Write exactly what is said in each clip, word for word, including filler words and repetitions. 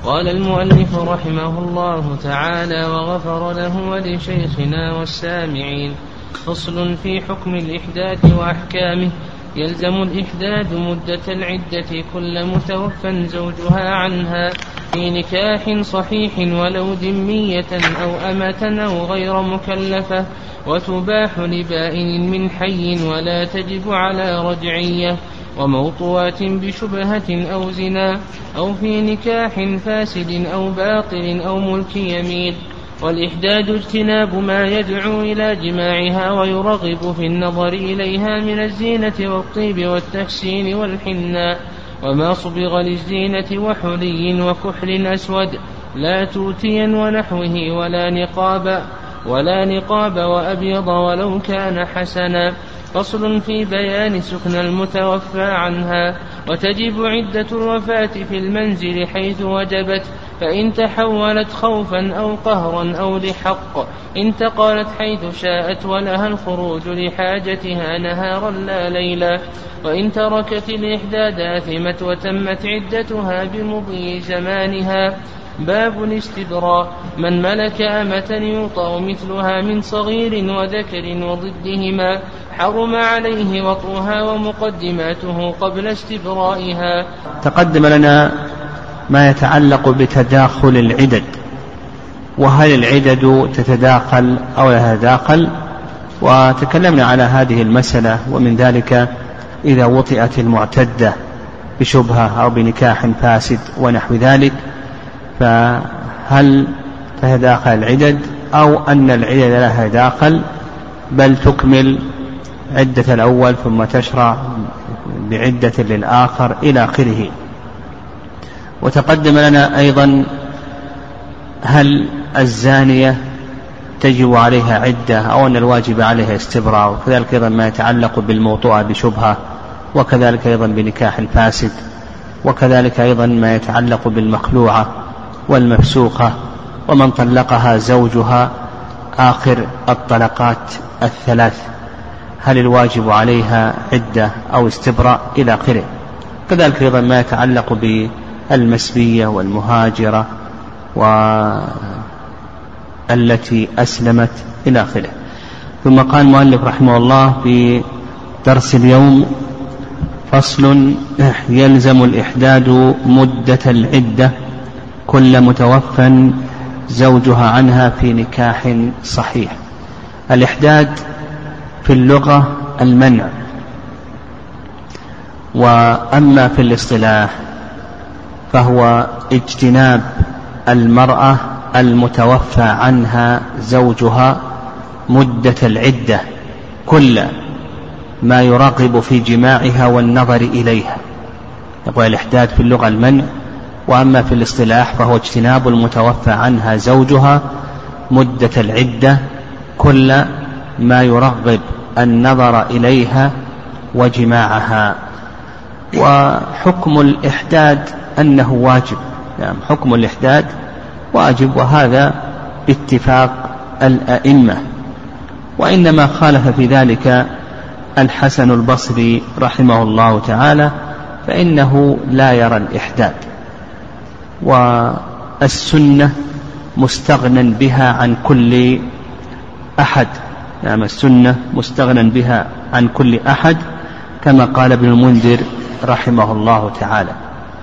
قال المؤلف رحمه الله تعالى وغفر له ولشيخنا والسامعين. فصل في حكم الإحداث وأحكامه. يلزم الإحداد مدة العدة كل متوفى زوجها عنها في نكاح صحيح ولو ذمية أو أمة أو غير مكلفة، وتباح لبائن من حي ولا تجب على رجعية، وموطوات بشبهة أو زنا، أو في نكاح فاسد أو باطل أو ملك يمين. والإحداد اجتناب ما يدعو إلى جماعها ويرغب في النظر إليها من الزينة والطيب والتحسين والحناء، وما صبغ للزينة وحلي وكحل أسود لا توتيا ونحوه، ولا نقاب ولا نقاب وأبيض ولو كان حسنا. فصل في بيان سكن المتوفى عنها. وتجب عدة الوفاة في المنزل حيث وجبت، فإن تحولت خوفا أو قهرا أو لحق انتقلت حيث شاءت، ولها الخروج لحاجتها نهارا لا ليلا. وإن تركت الإحداد آثمت وتمت عدتها بمضي زمانها. باب الاستبراء. من ملك أمة يوطأ مثلها من صغير وذكر وضدهما حرم عليه وطئها ومقدماته قبل استبرائها. تقدم لنا ما يتعلق بتداخل العدد، وهل العدد تتداخل أو لا تتداخل، وتكلمنا على هذه المسألة. ومن ذلك إذا وطئت المعتدة بشبهة أو بنكاح فاسد ونحو ذلك، فهل تتداخل العدد أو أن العدد لا تتداخل بل تكمل عدة الأول ثم تشرع بعدة للآخر إلى آخره. وتقدم لنا أيضا هل الزانية تجب عليها عدة أو أن الواجب عليها استبراء، وكذلك أيضا ما يتعلق بالموطوءة بشبهة، وكذلك أيضا بنكاح فاسد، وكذلك أيضا ما يتعلق بالمخلوعة والمفسوقة، ومن طلقها زوجها آخر الطلقات الثلاث هل الواجب عليها عدة أو استبراء إلى آخره. كذلك أيضا ما يتعلق بالمسبية والمهاجرة والتي أسلمت إلى آخره. ثم قال المؤلف رحمه الله في درس اليوم: فصل. يلزم الإحداد مدة العدة كل متوفى زوجها عنها في نكاح صحيح. الإحداد في اللغة المنع، وأما في الاصطلاح فهو اجتناب المرأة المتوفى عنها زوجها مدة العدة كل ما يرغب في جماعها والنظر إليها. يقول الإحداد في اللغة المنع، وأما في الاصطلاح فهو اجتناب المتوفى عنها زوجها مدة العدة كل ما يرغب النظر إليها وجماعها. وحكم الإحداد أنه واجب، يعني حكم الإحداد واجب، وهذا باتفاق الأئمة. وإنما خالف في ذلك الحسن البصري رحمه الله تعالى، فإنه لا يرى الإحداد، والسنة مستغنى بها عن كل أحد. نعم، السنة مستغنى بها عن كل أحد، كما قال ابن المنذر رحمه الله تعالى.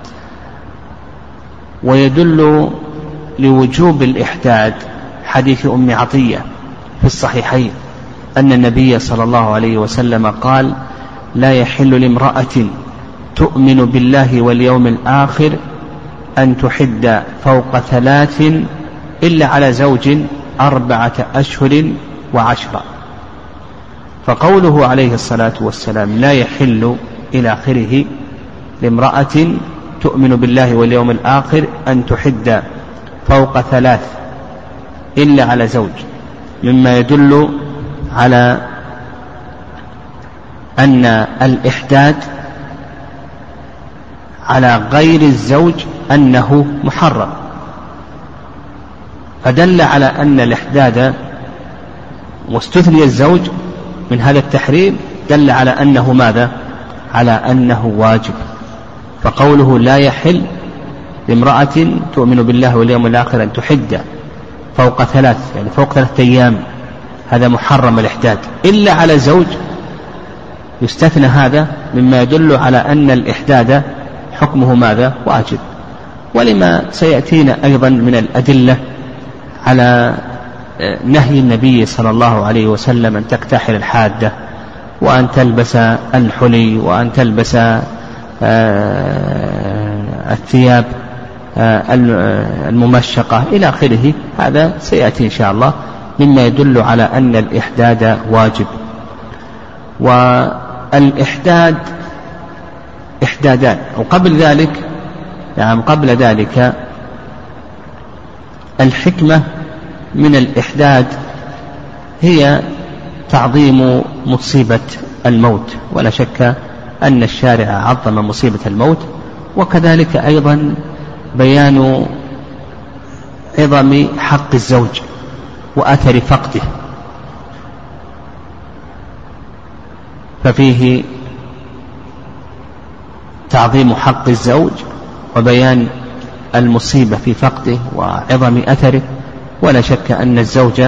ويدل لوجوب الإحداد حديث أم عطية في الصحيحين أن النبي صلى الله عليه وسلم قال: لا يحل لامرأة تؤمن بالله واليوم الآخر أن تحد فوق ثلاث إلا على زوج أربعة أشهر وعشرة. فقوله عليه الصلاة والسلام لا يحل إلى آخره لامرأة تؤمن بالله واليوم الآخر أن تحد فوق ثلاث إلا على زوج، مما يدل على أن الإحداد على غير الزوج أنه محرم، فدل على أن الإحداد واستثني الزوج من هذا التحريم دل على أنه ماذا؟ على أنه واجب. فقوله لا يحل لامرأة تؤمن بالله واليوم الآخر أن تحد فوق ثلاث، يعني فوق ثلاثة أيام، هذا محرم الإحداد، إلا على زوج يستثنى هذا، مما يدل على أن الإحداد حكمه ماذا؟ واجب. ولما سيأتينا أيضا من الأدلة على نهي النبي صلى الله عليه وسلم أن تكتحل الحادة وأن تلبس الحلي وأن تلبس الثياب الممشقة إلى آخره، هذا سيأتي إن شاء الله مما يدل على أن الإحداد واجب. والإحداد إحدادان، وقبل ذلك يعني قبل ذلك الحكمة من الإحداد هي تعظيم مصيبة الموت، ولا شك أن الشارع عظم مصيبة الموت، وكذلك أيضا بيان عظم حق الزوج وأثر فقده، ففيه تعظيم حق الزوج وبيان المصيبة في فقده وعظم أثره. ولا شك أن الزوج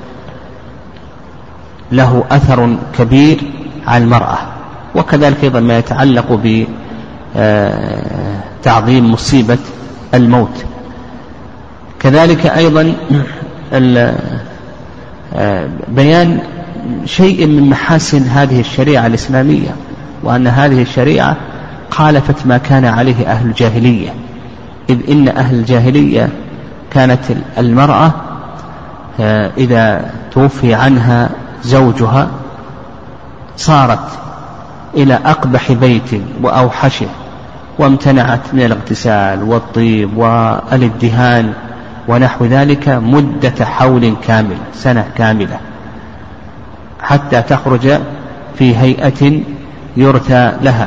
له أثر كبير على المرأة، وكذلك أيضا ما يتعلق بتعظيم مصيبة الموت. كذلك أيضا بيان شيء من محاسن هذه الشريعة الإسلامية، وأن هذه الشريعة خالفت ما كان عليه أهل الجاهلية، إذ إن أهل الجاهلية كانت المرأة إذا توفي عنها زوجها صارت إلى أقبح بيت وأوحشه، وامتنعت من الاغتسال والطيب والادهان ونحو ذلك مدة حول كامل، سنة كاملة، حتى تخرج في هيئة يرثى لها.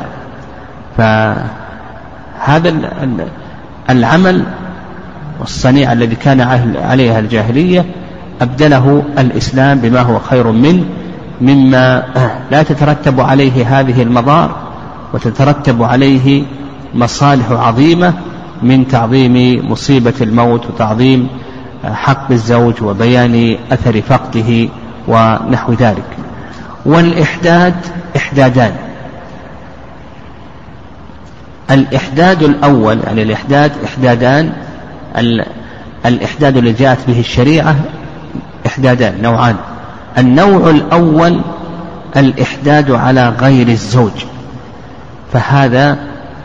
فهذا العمل والصنيع الذي كان عليها الجاهلية أبدله الإسلام بما هو خير منه، مما لا تترتب عليه هذه المضار وتترتب عليه مصالح عظيمة من تعظيم مصيبة الموت وتعظيم حق الزوج وبيان أثر فقده ونحو ذلك. والإحداد إحدادان، الإحداد الأول يعني الإحداد إحدادان، الإحداد الذي جاءت به الشريعة إحدادان نوعان. النوع الأول الإحداد على غير الزوج، فهذا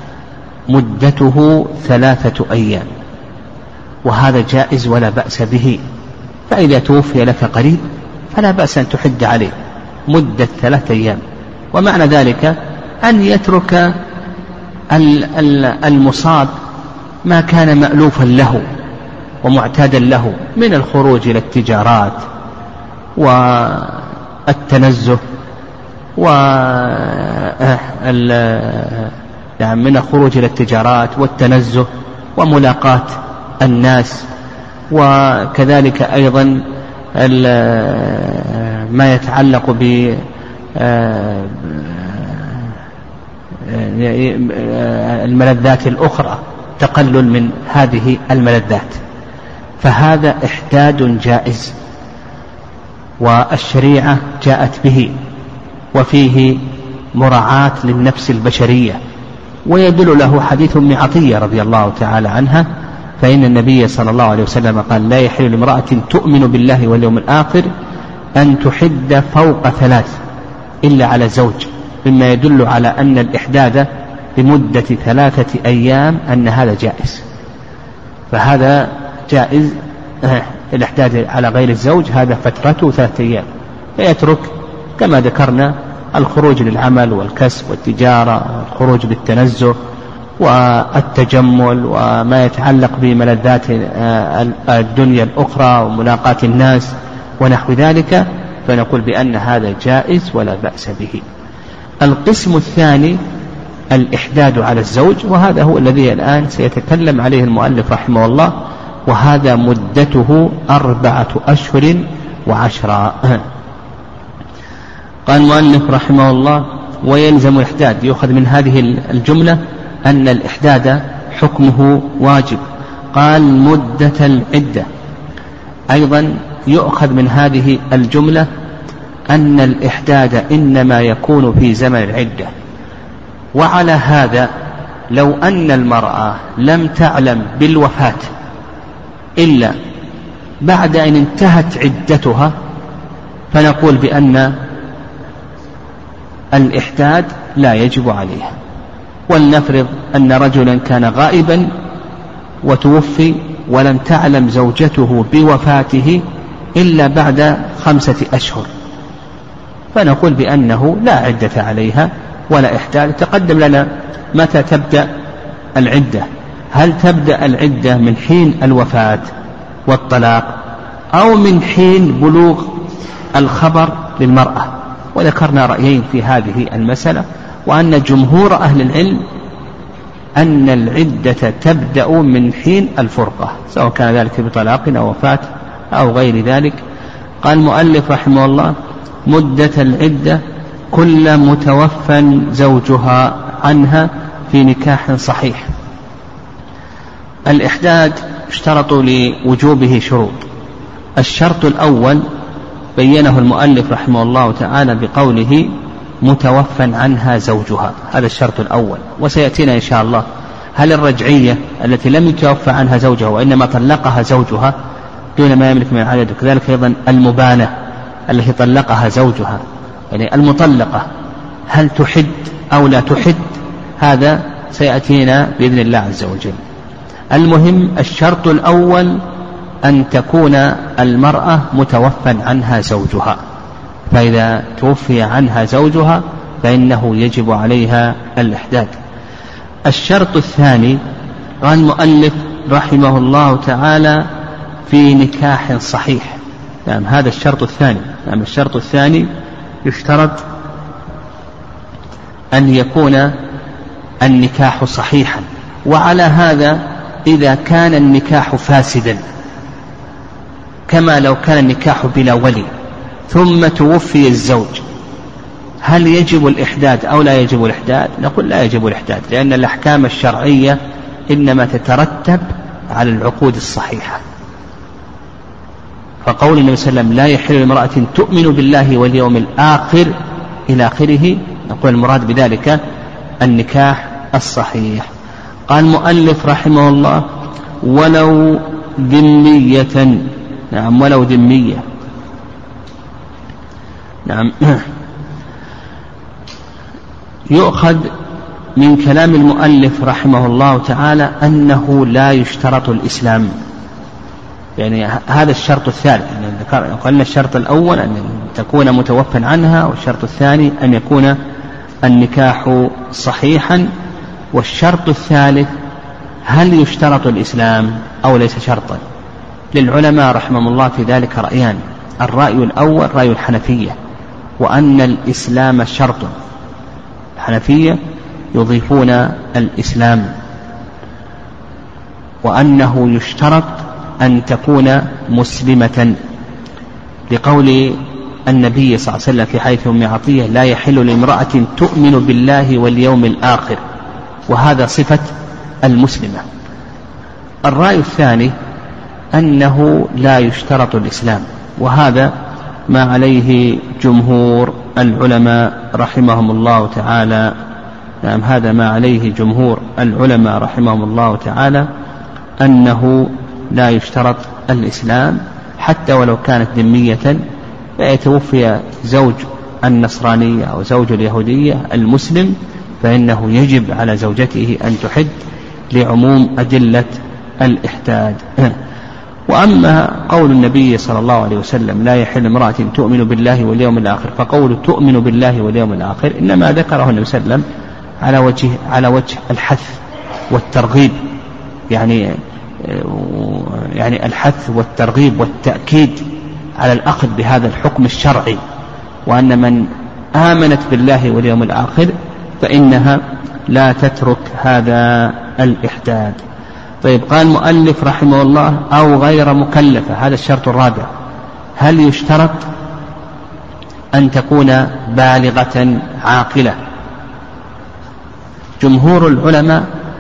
مدته ثلاثة أيام، وهذا جائز ولا بأس به. فإذا توفي لك قريب فلا بأس أن تحد عليه مدة ثلاثة أيام، ومعنى ذلك أن يترك المصاب ما كان مألوفا له ومعتادا له من الخروج إلى التجارات والتنزه يعني من الخروج إلى التجارات والتنزه وملاقاة الناس، وكذلك أيضا ما يتعلق ب الملذات الأخرى، تقلل من هذه الملذات، فهذا إحداد جائز والشريعة جاءت به، وفيه مراعاة للنفس البشرية. ويدل له حديث أم عطية رضي الله تعالى عنها، فإن النبي صلى الله عليه وسلم قال: لا يحل لامرأة تؤمن بالله واليوم الآخر أن تحد فوق ثلاث إلا على زوج، مما يدل على أن الإحداد لمدة ثلاثة أيام أن هذا جائز. فهذا جائز، الإحداد على غير الزوج هذا فترته ثلاثة أيام، فيترك كما ذكرنا الخروج للعمل والكسب والتجارة، الخروج بالتنزه والتجمل وما يتعلق بملذات الدنيا الأخرى وملاقاة الناس ونحو ذلك، فنقول بأن هذا جائز ولا بأس به. القسم الثاني الإحداد على الزوج، وهذا هو الذي الآن سيتكلم عليه المؤلف رحمه الله، وهذا مدته أربعة أشهر وعشرة. قال المؤلف رحمه الله: ويلزم الإحداد، يؤخذ من هذه الجملة أن الإحداد حكمه واجب. قال مدة العدة. أيضا يؤخذ من هذه الجملة أن الإحداد إنما يكون في زمن العدة. وعلى هذا لو أن المرأة لم تعلم بالوفاة إلا بعد أن انتهت عدتها فنقول بأن الإحداد لا يجب عليها. ولنفرض أن رجلا كان غائبا وتوفي ولم تعلم زوجته بوفاته إلا بعد خمسة أشهر فنقول بأنه لا عدة عليها ولا إحداد. تقدم لنا متى تبدأ العدة، هل تبدأ العدة من حين الوفاة والطلاق أو من حين بلوغ الخبر للمرأة؟ وذكرنا رأيين في هذه المسألة، وأن جمهور أهل العلم أن العدة تبدأ من حين الفرقة سواء كان ذلك بطلاق أو وفاة أو غير ذلك. قال المؤلف رحمه الله مدة العدة كل متوفى زوجها عنها في نكاح صحيح. الإحداد اشترط لوجوبه شروط. الشرط الأول بينه المؤلف رحمه الله تعالى بقوله متوفى عنها زوجها، هذا الشرط الأول. وسيأتينا إن شاء الله هل الرجعية التي لم يتوفى عنها زوجها وإنما طلقها زوجها دون ما يملك من العدد، وكذلك أيضا المبانة التي طلقها زوجها، يعني المطلقة هل تحد أو لا تحد، هذا سيأتينا بإذن الله عز وجل. المهم الشرط الأول أن تكون المرأة متوفى عنها زوجها، فإذا توفي عنها زوجها فإنه يجب عليها الإحداد. الشرط الثاني قال المؤلف رحمه الله تعالى في نكاح صحيح. يعني هذا الشرط الثاني. يعني الشرط الثاني يشترط أن يكون النكاح صحيحا. وعلى هذا إذا كان النكاح فاسدا كما لو كان النكاح بلا ولي ثم توفي الزوج هل يجب الإحداد أو لا يجب الإحداد؟ نقول لا يجب الإحداد، لأن الأحكام الشرعية إنما تترتب على العقود الصحيحة. فقول النبي صلى الله عليه وسلم لا يحل لامرأة تؤمن بالله واليوم الآخر إلى آخره، نقول المراد بذلك النكاح الصحيح. قال المؤلف رحمه الله ولو ذمية. نعم ولو ذمية. نعم يؤخذ من كلام المؤلف رحمه الله تعالى أنه لا يشترط الإسلام، يعني هذا الشرط الثالث. يعني قلنا الشرط الأول أن تكون متوفى عنها، والشرط الثاني أن يكون النكاح صحيحا، والشرط الثالث هل يشترط الإسلام أو ليس شرطا؟ للعلماء رحمهم الله في ذلك رأيان. الرأي الأول رأي الحنفية، وأن الإسلام شرط. الحنفية يضيفون الإسلام، وأنه يشترط أن تكون مسلمة، لقول النبي صلى الله عليه وسلم في حديث أم عطية لا يحل لامرأة تؤمن بالله واليوم الآخر، وهذا صفة المسلمة. الرأي الثاني أنه لا يشترط الإسلام، وهذا ما عليه جمهور العلماء رحمهم الله تعالى. نعم هذا ما عليه جمهور العلماء رحمهم الله تعالى، أنه لا يشترط الإسلام حتى ولو كانت ذمية، فيتوفي زوج النصرانية أو زوج اليهودية المسلم فإنه يجب على زوجته أن تحد لعموم أدلة الإحداد. وأما قول النبي صلى الله عليه وسلم لا يحل امرأة تؤمن بالله واليوم الآخر، فقول تؤمن بالله واليوم الآخر إنما ذكره النبي صلى الله عليه وسلم على وجه على وجه الحث والترغيب، يعني يعني الحث والترغيب والتأكيد على الأخذ بهذا الحكم الشرعي، وأن من آمنت بالله واليوم الآخر فإنها لا تترك هذا الإحداد. طيب قال المؤلف رحمه الله أو غير مكلفة، هذا الشرط الرابع. هل يشترط أن تكون بالغة عاقلة؟ جمهور العلماء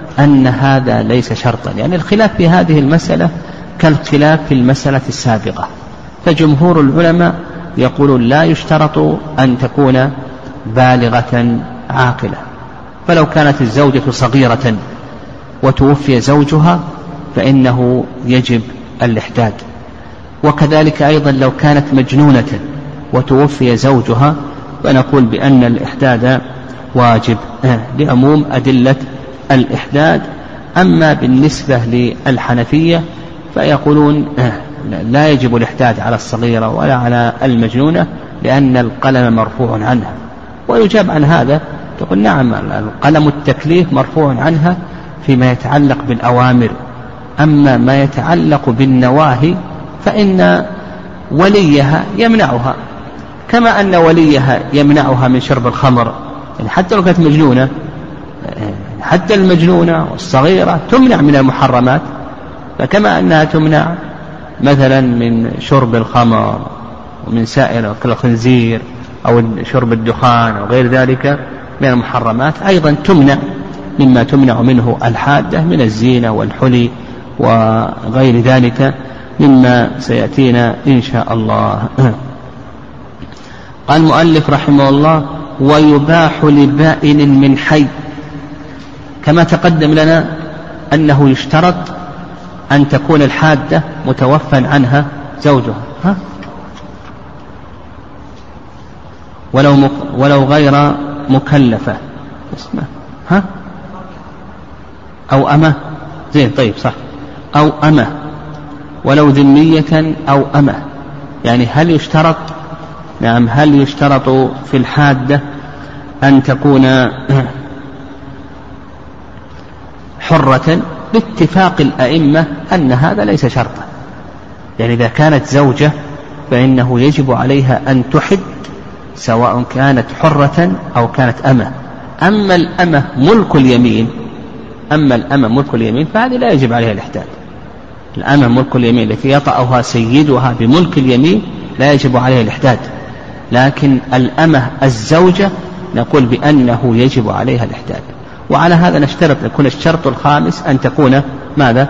أن هذا ليس شرطا، يعني الخلاف في هذه المسألة كالخلاف في المسألة السابقة. فجمهور العلماء يقولون لا يشترط أن تكون بالغة عاقلة، فلو كانت الزوجة صغيرة وتوفي زوجها فإنه يجب الإحداد، وكذلك أيضا لو كانت مجنونة وتوفي زوجها فنقول بأن الإحداد واجب لعموم أدلة الإحداد. أما بالنسبة للحنفية فيقولون لا يجب الإحداد على الصغيرة ولا على المجنونة لأن القلم مرفوع عنها. ويجاب عن هذا تقول نعم القلم التكليف مرفوع عنها فيما يتعلق بالأوامر، أما ما يتعلق بالنواهي فإن وليها يمنعها، كما أن وليها يمنعها من شرب الخمر، يعني حتى لو كانت مجنونة، حتى المجنونة والصغيرة تمنع من المحرمات، فكما أنها تمنع مثلا من شرب الخمر ومن سائر الخنزير أو شرب الدخان أو غير ذلك من المحرمات، أيضا تمنع مما تمنع منه الحادة من الزينة والحلي وغير ذلك مما سيأتينا إن شاء الله. قال المؤلف رحمه الله: ويباح لبائن من حي. كما تقدم لنا أنه يشترط أن تكون الحادة متوفى عنها زوجها، ها؟ ولو, مك ولو غير مكلفة اسمه ها؟ أو أمة، زين طيب صح، أو أمة ولو ذمية أو أمة. يعني هل يشترط نعم هل يشترط في الحادة أن تكون حرة؟ باتفاق الأئمة أن هذا ليس شرطا، يعني إذا كانت زوجة فإنه يجب عليها أن تحد سواء كانت حرة أو كانت أمة. أما الأمة ملك اليمين أما الأمة ملك اليمين فهذه لا يجب عليها الإحداد. الأمة ملك اليمين التي يطأها سيدها بملك اليمين لا يجب عليها الإحداد، لكن الأمة الزوجة نقول بأنه يجب عليها الإحداد. وعلى هذا نشترط يكون الشرط الخامس أن تكون ماذا؟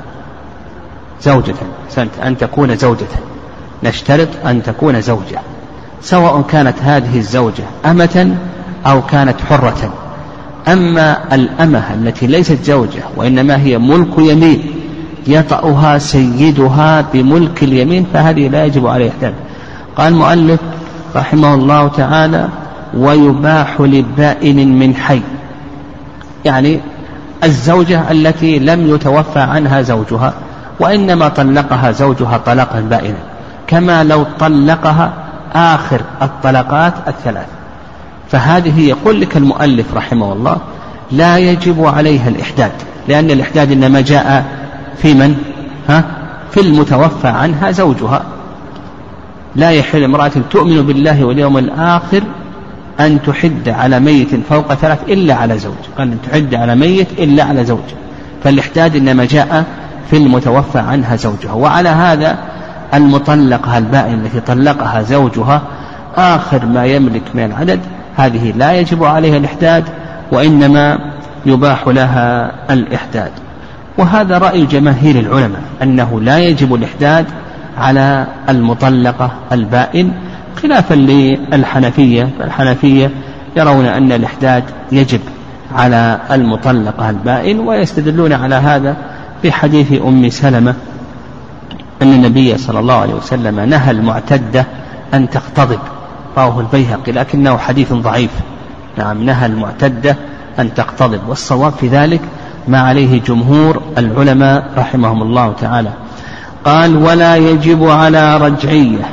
زوجة، أن تكون زوجة، نشترط أن تكون زوجة، سواء كانت هذه الزوجة أمة أو كانت حرة. أما الأمة التي ليست زوجة وإنما هي ملك يمين يطأها سيدها بملك اليمين فهذه لا يجب عليها إحداد. قال المؤلف رحمه الله تعالى: ويباح لبائن من حي، يعني الزوجة التي لم يتوفى عنها زوجها وإنما طلقها زوجها طلاقا بائنا، كما لو طلقها آخر الطلقات الثلاث، فهذه يقول لك المؤلف رحمه الله لا يجب عليها الإحداد، لأن الإحداد إنما جاء في من؟ ها؟ في المتوفى عنها زوجها. لا يحل امرأة تؤمن بالله واليوم الآخر أن تحد على ميت فوق ثلاث إلا على زوج، قال أن تحد على ميت إلا على زوج، فالإحداد إنما جاء في المتوفى عنها زوجها. وعلى هذا المطلقة البائن التي طلقها زوجها آخر ما يملك من العدد هذه لا يجب عليها الإحداد وإنما يباح لها الإحداد. وهذا رأي جماهير العلماء أنه لا يجب الإحداد على المطلقة البائن، خلافا للحنفية، فالحنفية يرون أن الإحداد يجب على المطلقة البائن، ويستدلون على هذا في حديث أم سلمة أن النبي صلى الله عليه وسلم نهى المعتدة أن تختضب، رواه البيهقي لكنه حديث ضعيف. نعم نهى المعتدة أن تختضب، والصواب في ذلك ما عليه جمهور العلماء رحمهم الله تعالى. قال: ولا يجب على رجعية.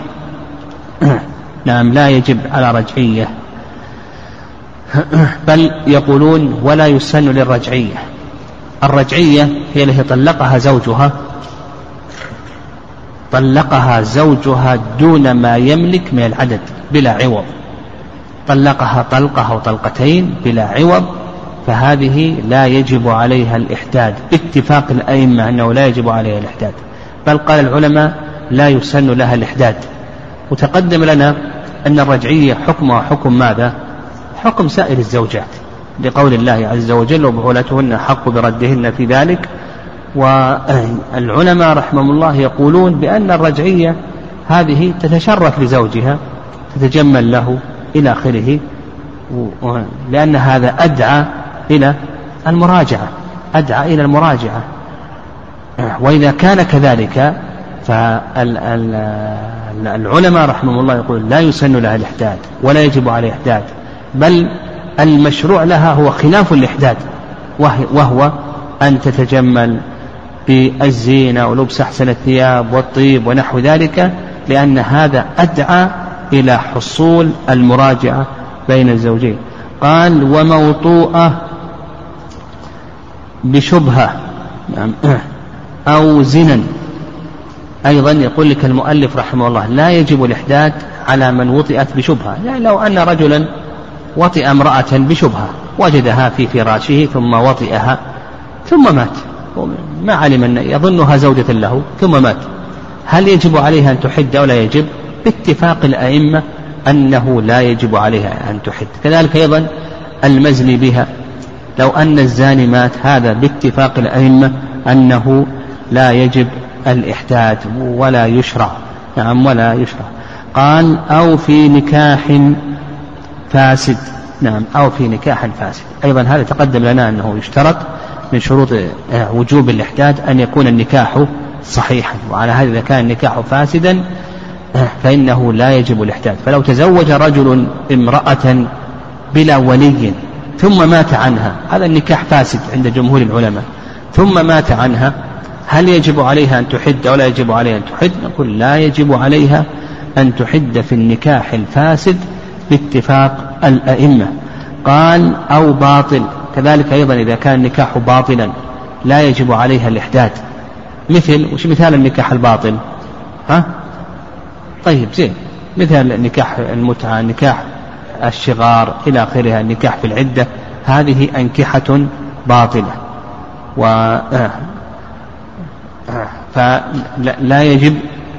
نعم لا يجب على رجعية، بل يقولون ولا يسن للرجعية. الرجعية هي التي طلقها زوجها طلقها زوجها دون ما يملك من العدد بلا عوض، طلقها طلقة أو طلقتين بلا عوض، فهذه لا يجب عليها الإحداد باتفاق الأئمة أنه لا يجب عليها الإحداد، بل قال العلماء لا يسن لها الإحداد. وتقدم لنا أن الرجعية حكمها حكم ماذا؟ حكم سائر الزوجات، لقول الله عز وجل وبعولتهن حق بردهن في ذلك. والعلماء رحمهم الله يقولون بأن الرجعية هذه تتشرف لزوجها، تتجمل له إلى آخره، لأن هذا أدعى إلى المراجعة أدعى إلى المراجعة. وإذا كان كذلك فالعلماء رحمهم الله يقول لا يسن لها الإحداد ولا يجب عليها إحداد، بل المشروع لها هو خلاف الإحداد، وهو أن تتجمل بالزينة ولبس أحسن الثياب والطيب ونحو ذلك، لأن هذا أدعى إلى حصول المراجعة بين الزوجين. قال وموطوءة بشبهة أو زنا، أيضا يقول لك المؤلف رحمه الله لا يجب الإحداد على من وطئت بشبهة. يعني لو أن رجلا وطئ امرأة بشبهة، وجدها في فراشه ثم وطئها ثم مات، ما علم أن يظنها زوجة له ثم مات، هل يجب عليها أن تحد أو لا يجب؟ باتفاق الأئمة أنه لا يجب عليها أن تحد. كذلك أيضا المزني بها، لو أن الزاني مات، هذا باتفاق الأئمة أنه لا يجب الإحداد ولا يشرع. نعم ولا يشرع. قال أو في نكاح فاسد. نعم أو في نكاح فاسد، أيضا هذا تقدم لنا أنه يشترط من شروط وجوب الإحداد أن يكون النكاح صحيحا، وعلى هذا إذا كان النكاح فاسدا فإنه لا يجب الإحداد. فلو تزوج رجل امرأة بلا ولي ثم مات عنها، هذا النكاح فاسد عند جمهور العلماء، ثم مات عنها، هل يجب عليها أن تحد أو لا يجب عليها أن تحد؟ نقول لا يجب عليها أن تحد في النكاح الفاسد باتفاق الأئمة. قال أو باطل، كذلك أيضا إذا كان النكاح باطلا لا يجب عليها الإحداد. مثل وش مثال النكاح الباطل؟ ها؟ طيب زين، مثل نكاح المتعة، نكاح الشغار إلى آخرها، النكاح في العدة، هذه أنكحة باطلة، و فلا يجب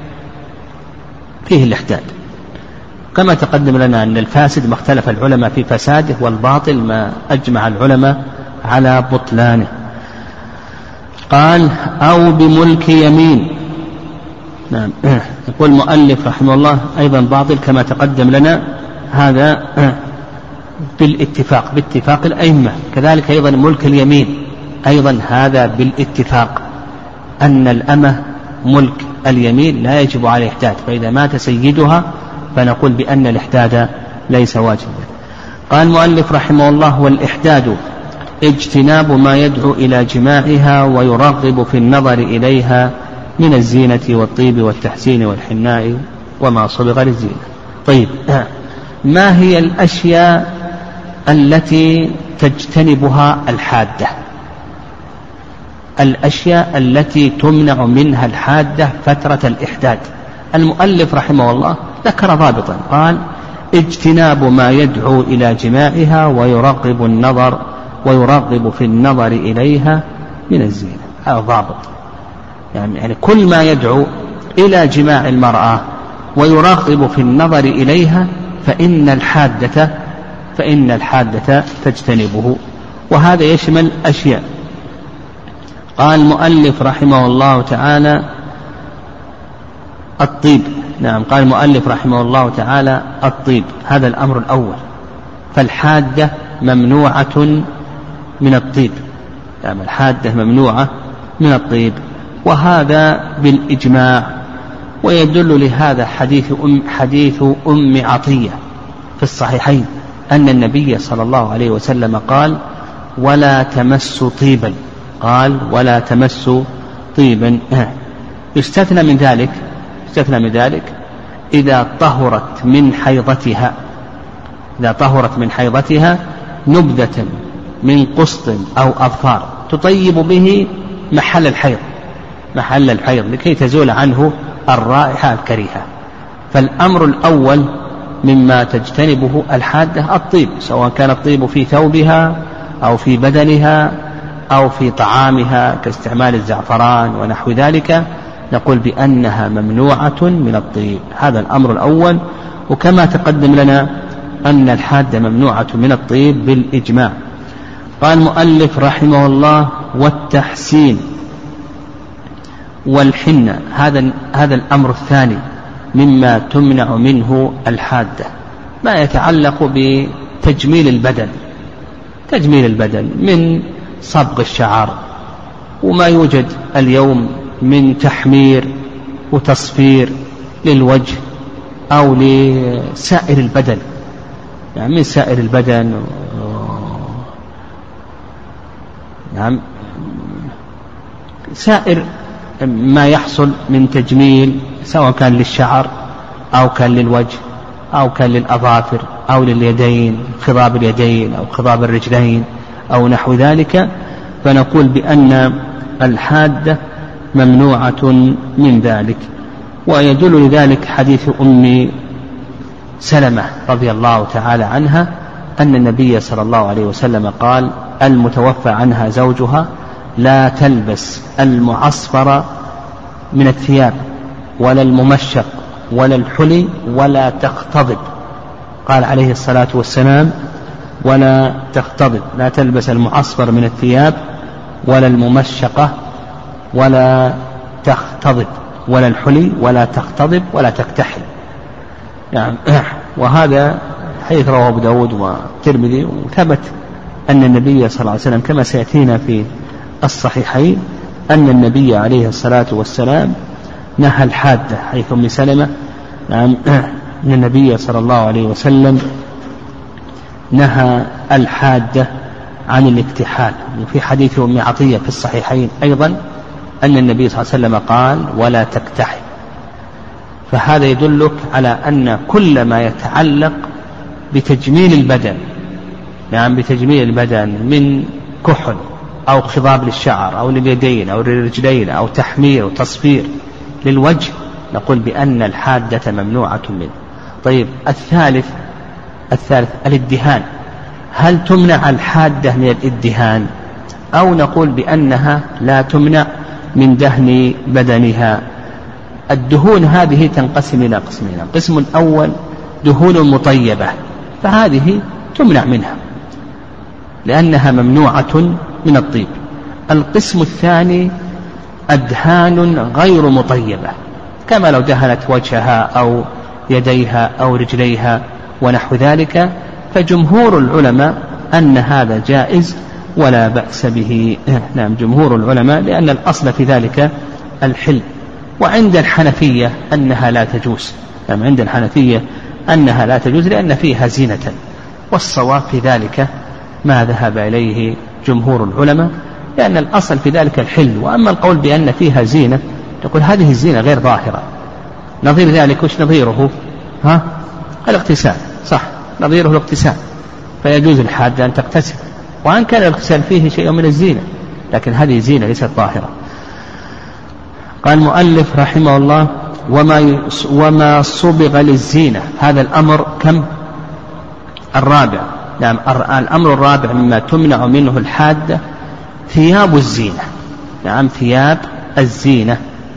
فيه الإحداد. كما تقدم لنا أن الفاسد ما اختلف العلماء في فساده، والباطل ما أجمع العلماء على بطلانه. قال أو بملك يمين. نعم يقول المؤلف رحمه الله أيضا باطل كما تقدم لنا، هذا بالاتفاق باتفاق الأئمة. كذلك أيضا ملك اليمين، أيضا هذا بالاتفاق أن الأمة ملك اليمين لا يجب عليه إحداد، فإذا مات سيدها فنقول بأن الإحداد ليس واجبا. قال المؤلف رحمه الله والإحداد اجتناب ما يدعو إلى جماعها ويرغب في النظر إليها من الزينة والطيب والتحسين والحناء وما صبغ للزينة. طيب ما هي الأشياء التي تجتنبها الحادة؟ الأشياء التي تمنع منها الحادة فترة الإحداد. المؤلف رحمه الله ذكر ضابطا، قال اجتناب ما يدعو إلى جماعها ويرغب النظر ويرغب في النظر إليها من الزينة. هذا ضابط، يعني, يعني كل ما يدعو إلى جماع المرأة ويرغب في النظر إليها فإن الحادة فإن الحادة تجتنبه، وهذا يشمل أشياء. قال المؤلف رحمه الله تعالى الطيب. نعم قال المؤلف رحمه الله تعالى الطيب، هذا الأمر الأول، فالحادة ممنوعة من الطيب، يعني الحادة ممنوعة من الطيب، وهذا بالإجماع. ويدل لهذا حديث أم, حديث أم عطية في الصحيحين أن النبي صلى الله عليه وسلم قال ولا تمس طيبا، قال ولا تمس طيبا. يستثنى من ذلك يستثنى من ذلك إذا طهرت من حيضتها إذا طهرت من حيضتها نبذة من قسط أو أظفار تطيب به محل الحيض محل الحيض لكي تزول عنه الرائحة الكريهة. فالأمر الأول مما تجتنبه الحادة الطيب، سواء كان الطيب في ثوبها أو في بدنها أو في طعامها كاستعمال الزعفران ونحو ذلك، نقول بأنها ممنوعة من الطيب. هذا الأمر الأول. وكما تقدم لنا أن الحادة ممنوعة من الطيب بالإجماع. قال المؤلف رحمه الله: والتحسين والحنة، هذا هذا الأمر الثاني مما تمنع منه الحادة، ما يتعلق بتجميل البدن، تجميل البدن من صبغ الشعر، وما يوجد اليوم من تحمير وتصفير للوجه أو لسائر البدن، يعني من سائر البدن، نعم سائر ما يحصل من تجميل، سواء كان للشعر أو كان للوجه أو كان للأظافر أو لليدين، خضاب اليدين أو خضاب الرجلين أو نحو ذلك، فنقول بأن الحادة ممنوعة من ذلك. ويدل لذلك حديث أم سلمة رضي الله تعالى عنها أن النبي صلى الله عليه وسلم قال: المتوفى عنها زوجها لا تلبس المعصفر من الثياب ولا الممشق ولا الحلي ولا تختضب. قال عليه الصلاة والسلام: ولا تختضب، لا تلبس المعصفر من الثياب ولا الممشقة ولا تختضب ولا الحلي ولا تختضب ولا تكتحل. يعني وهذا حيث رواه أبو داود والترمذي، وثبت أن النبي صلى الله عليه وسلم كما سيأتينا في الصحيحين أن النبي عليه الصلاة والسلام نهى الحادة، حيث أم سلمة أن النبي صلى الله عليه وسلم نهى الحادة عن الاكتحال. وفي حديث أم عطية في الصحيحين أيضا أن النبي صلى الله عليه وسلم قال: ولا تكتحل. فهذا يدلك على أن كل ما يتعلق بتجميل البدن، يعني بتجميل البدن من كحل أو خضاب للشعر أو لليدين أو للرجلين أو تحمير وتصفير للوجه، نقول بأن الحادة ممنوعة منه. طيب الثالث الثالث الادهان، هل تمنع الحادة من الادهان أو نقول بأنها لا تمنع من دهن بدنها؟ الدهون هذه تنقسم إلى قسمين: القسم الأول دهون مطيبة، فهذه تمنع منها لأنها ممنوعة من الطيب. القسم الثاني أدهان غير مطيبة، كما لو دهنت وجهها أو يديها أو رجليها ونحو ذلك، فجمهور العلماء أن هذا جائز ولا بأس به. نعم جمهور العلماء، لأن الأصل في ذلك الحل. وعند الحنفية أنها لا تجوز، نعم عند الحنفية أنها لا تجوز لأن فيها زينة، والصواب في ذلك ما ذهب إليه جمهور العلماء، لأن الأصل في ذلك الحل. وأما القول بأن فيها زينة، تقول هذه الزينة غير ظاهرة. نظير ذلك وش نظيره؟ ها؟ الاغتسال، صح، نظيره الاغتسال، فيجوز الحادة أن تغتسل، وأن كان الاغتسال فيه شيء من الزينة، لكن هذه زينة ليست ظاهرة. قال المؤلف رحمه الله: وما وما صبغ للزينة. هذا الأمر كم؟ الرابع. نعم الأمر الرابع مما تمنع منه الحادة ثياب الزينة. نعم ثياب الزينة،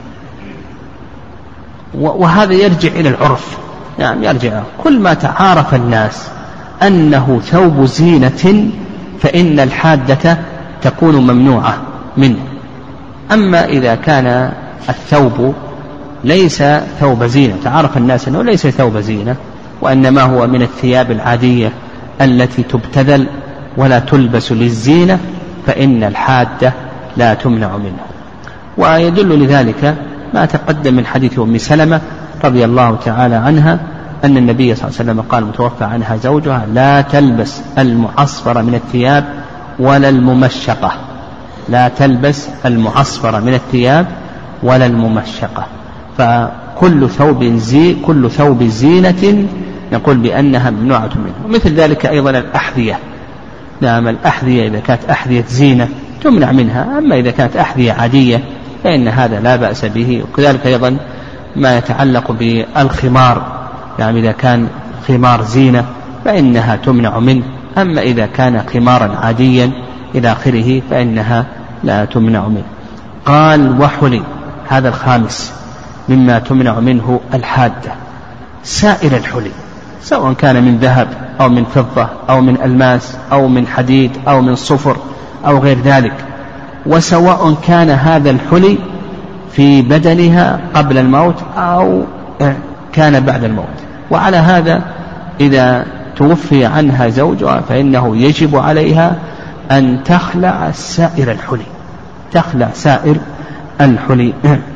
وهذا يرجع إلى العرف. نعم يرجع كل ما تعارف الناس أنه ثوب زينة فإن الحادة تكون ممنوعة منه. أما إذا كان الثوب ليس ثوب زينة، تعرف الناس أنه ليس ثوب زينة وإنما هو من الثياب العادية التي تبتذل ولا تلبس للزينة، فإن الحادة لا تمنع منه. ويدل لذلك ما تقدم من حديث أم سلمة رضي الله تعالى عنها أن النبي صلى الله عليه وسلم قال: متوفى عنها زوجها لا تلبس المعصفر من الثياب ولا الممشقة، لا تلبس المعصفر من الثياب ولا الممشقة. فكل ثوب زي كل ثوب زينة نقول بأنها ممنوعة منه. ومثل ذلك أيضا الأحذية. نعم الأحذية إذا كانت أحذية زينة تمنع منها، أما إذا كانت أحذية عادية فإن هذا لا بأس به. وكذلك أيضا ما يتعلق بالخمار، يعني إذا كان خمار زينة فإنها تمنع منه، أما إذا كان خمارا عاديا إلى آخره فإنها لا تمنع منه. قال: وحلي، هذا الخامس مما تمنع منه الحادة سائر الحلي، سواء كان من ذهب أو من فضة أو من ألماس أو من حديد أو من صفر أو غير ذلك، وسواء كان هذا الحلي في بدنها قبل الموت أو كان بعد الموت. وعلى هذا إذا توفي عنها زوجها فإنه يجب عليها أن تخلع سائر الحلي، تخلع سائر الحلي.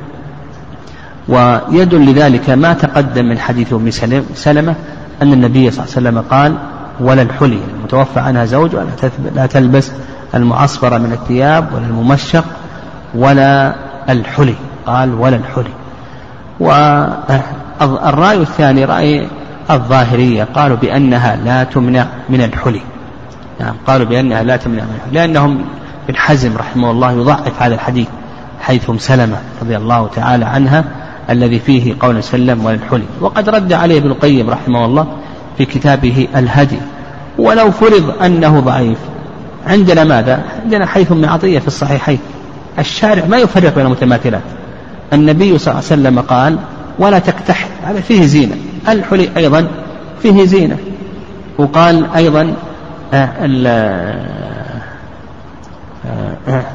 ويدل لذلك ما تقدم من حديث أم سلمة أن النبي صلى الله عليه وسلم قال: ولا الحلي، المتوفى عنها زوجها لا تلبس المعصفر من الثياب ولا الممشق ولا الحلي، قال ولا الحلي. والرأي الثاني رأي الظاهرية، قالوا بأنها لا تمنع من الحلي، يعني قالوا بأنها لا تمنع من الحلي، لأنهم ابن حزم رحمه الله يضعف هذا الحديث حيث أم سلمة رضي الله تعالى عنها الذي فيه قول سلم ولا الحلي. وقد رد عليه ابن القيم رحمه الله في كتابه الهدي. ولو فرض أنه ضعيف، عندنا ماذا؟ عندنا حيث أم عطية في الصحيحين، الشارع ما يفرق بين المتماثلات. النبي صلى الله عليه وسلم قال: ولا تكتحل، هذا فيه زينة، الحلي أيضا فيه زينة. وقال أيضا آه ال آه آه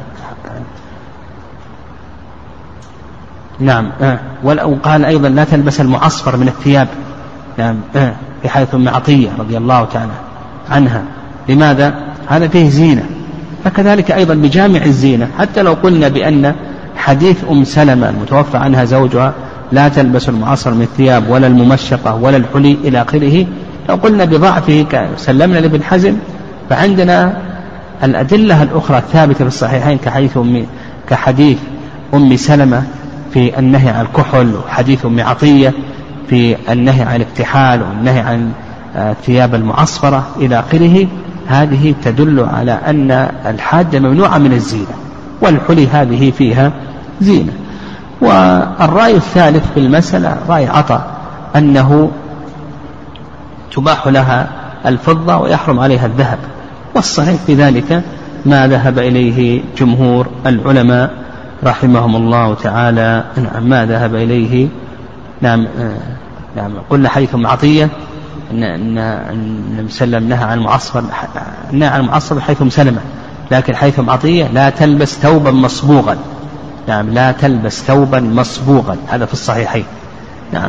نعم آه وقال أيضا: لا تلبس المعصفر من الثياب، نعم آه بحيث أم عطية رضي الله تعالى عنها. لماذا؟ هذا فيه زينة. فكذلك أيضا بجامع الزينة، حتى لو قلنا بأن حديث أم سلمة المتوفى عنها زوجها لا تلبس المعصفر من الثياب ولا الممشقة ولا الحلي إلى آخره، لو قلنا بضعفه سلمنا لابن حزم، فعندنا الأدلة الأخرى الثابتة في الصحيحين كحديث أم كحديث أم سلمة في النهي عن الكحل، وحديث أم عطية في النهي عن الاكتحال والنهي عن ثياب المعصفرة إلى آخره. هذه تدل على أن الحاجة ممنوعة من الزينة، والحلي هذه فيها زينة. والرأي الثالث في المسألة رأي عطاء، أنه تباح لها الفضة ويحرم عليها الذهب، والصحيح في ذلك ما ذهب إليه جمهور العلماء رحمهم الله تعالى. نعم ما ذهب إليه نعم نعم قلنا حديث أم عطية أن النبي صلى الله عليه وسلم نهى عن المعصفر، نهى عن المعصفر حيث أم سلمة، لكن حيث أم عطية لا تلبس ثوبا مصبوغا، نعم لا تلبس ثوبا مصبوغا، هذا في الصحيحين. نعم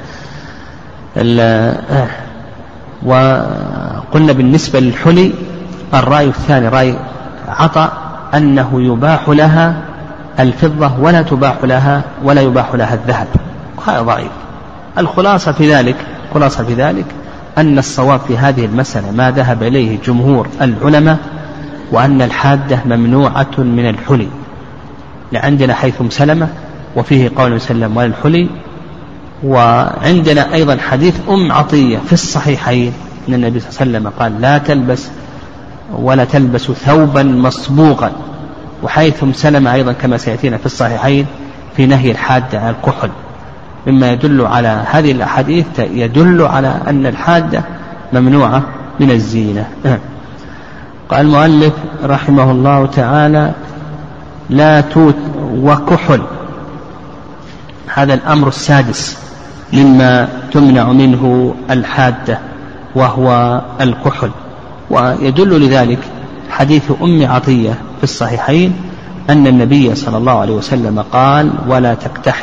وقلنا بالنسبة للحلي الرأي الثاني رأي عطاء، أنه يباح لها الفضة ولا تباح لها ولا يباح لها الذهب، وهذا ضعيف. الخلاصة في ذلك خلاصة في ذلك أن الصواب في هذه المسألة ما ذهب إليه جمهور العلماء، وأن الحادة ممنوعة من الحلي، لعندنا حيث أم سلمة وفيه قول سلم ولا الحلي. وعندنا أيضا حديث أم عطية في الصحيحين أن النبي صلى الله عليه وسلم قال: لا تلبس ولا تلبس ثوبا مصبوغا، وحيث أم سلمة أيضا كما سيأتينا في الصحيحين في نهي الحادة على الكحل، مما يدل على هذه الأحاديث يدل على أن الحادة ممنوعة من الزينة. قال المؤلف رحمه الله تعالى: لا توت وكحل، هذا الأمر السادس مما تمنع منه الحادة وهو الكحل. ويدل لذلك حديث أم عطية في الصحيحين أن النبي صلى الله عليه وسلم قال: ولا تكتحل.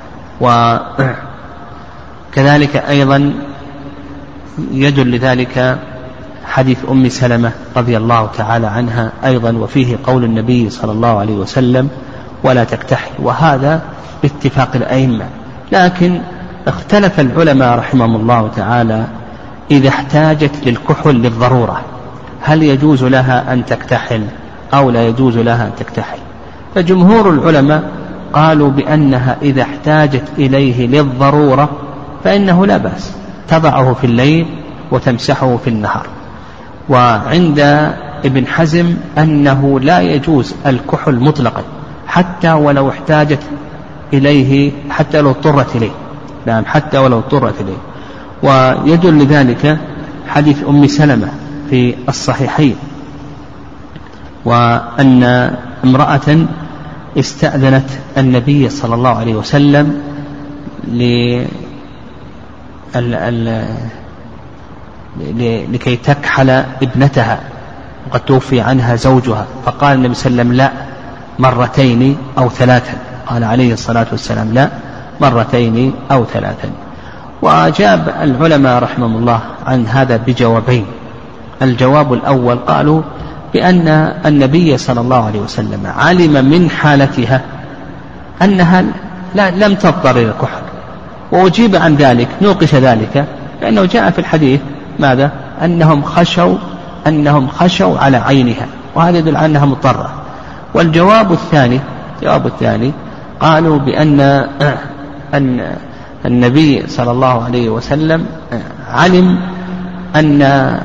وكذلك أيضا يدل لذلك حديث أم سلمة رضي الله تعالى عنها أيضا، وفيه قول النبي صلى الله عليه وسلم: ولا تكتحل. وهذا باتفاق الأئمة، لكن اختلف العلماء رحمهم الله تعالى إذا احتاجت للكحل للضرورة هل يجوز لها أن تكتحل أو لا يجوز لها أن تكتحل. فجمهور العلماء قالوا بأنها إذا احتاجت إليه للضرورة فإنه لا بأس، تضعه في الليل وتمسحه في النهار. وعند ابن حزم أنه لا يجوز الكحل مطلقا حتى ولو احتاجت إليه، حتى لو اضطرت إليه، نعم حتى ولو اضطرت إليه. ويدل لذلك حديث أم سلمة في الصحيحين، وأن امرأة استأذنت النبي صلى الله عليه وسلم لكي تكحل ابنتها وقد توفي عنها زوجها، فقال النبي صلى الله عليه وسلم لا مرتين أو ثلاثا، قال عليه الصلاة والسلام لا مرتين أو ثلاثا. وأجاب العلماء رحمهم الله عن هذا بجوابين. الجواب الأول قالوا بأن النبي صلى الله عليه وسلم علم من حالتها أنها لا لم تضطر إلى الكحل، وأجيب عن ذلك نوقش ذلك لأنه جاء في الحديث ماذا؟ أنهم خشوا أنهم خشوا على عينها، وهذا يدل على أنها مضطرة. والجواب الثاني الجواب الثاني قالوا بأن أن النبي صلى الله عليه وسلم علم أن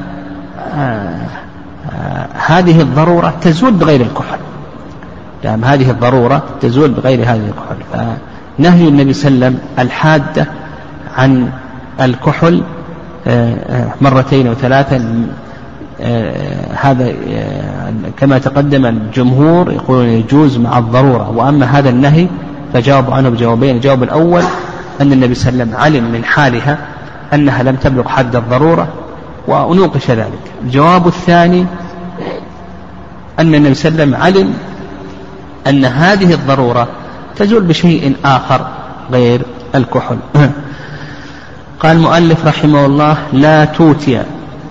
هذه الضرورة تزول بغير الكحل، يعني هذه الضرورة تزول بغير هذه الكحل، فنهي النبي صلى الله عليه وسلم الحادة عن الكحل مرتين أو ثلاثا هذا كما تقدم الجمهور يقولون يجوز مع الضرورة. وأما هذا النهي فجاوب عنه بجوابين. الجواب الأول أن النبي صلى الله عليه وسلم علم من حالها أنها لم تبلغ حد الضرورة ونوقش ذلك. الجواب الثاني أن النبي صلى الله عليه وسلم علم أن هذه الضرورة تزول بشيء آخر غير الكحل. قال المؤلف رحمه الله لا توتي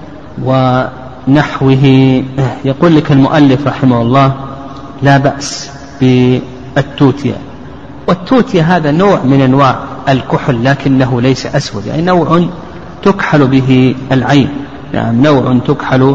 ونحوه. يقول لك المؤلف رحمه الله لا بأس بالتوتية، والتوتية هذا نوع من أنواع الكحل لكنه ليس أسود، يعني نوع تكحل به العين، نعم نوع تكحل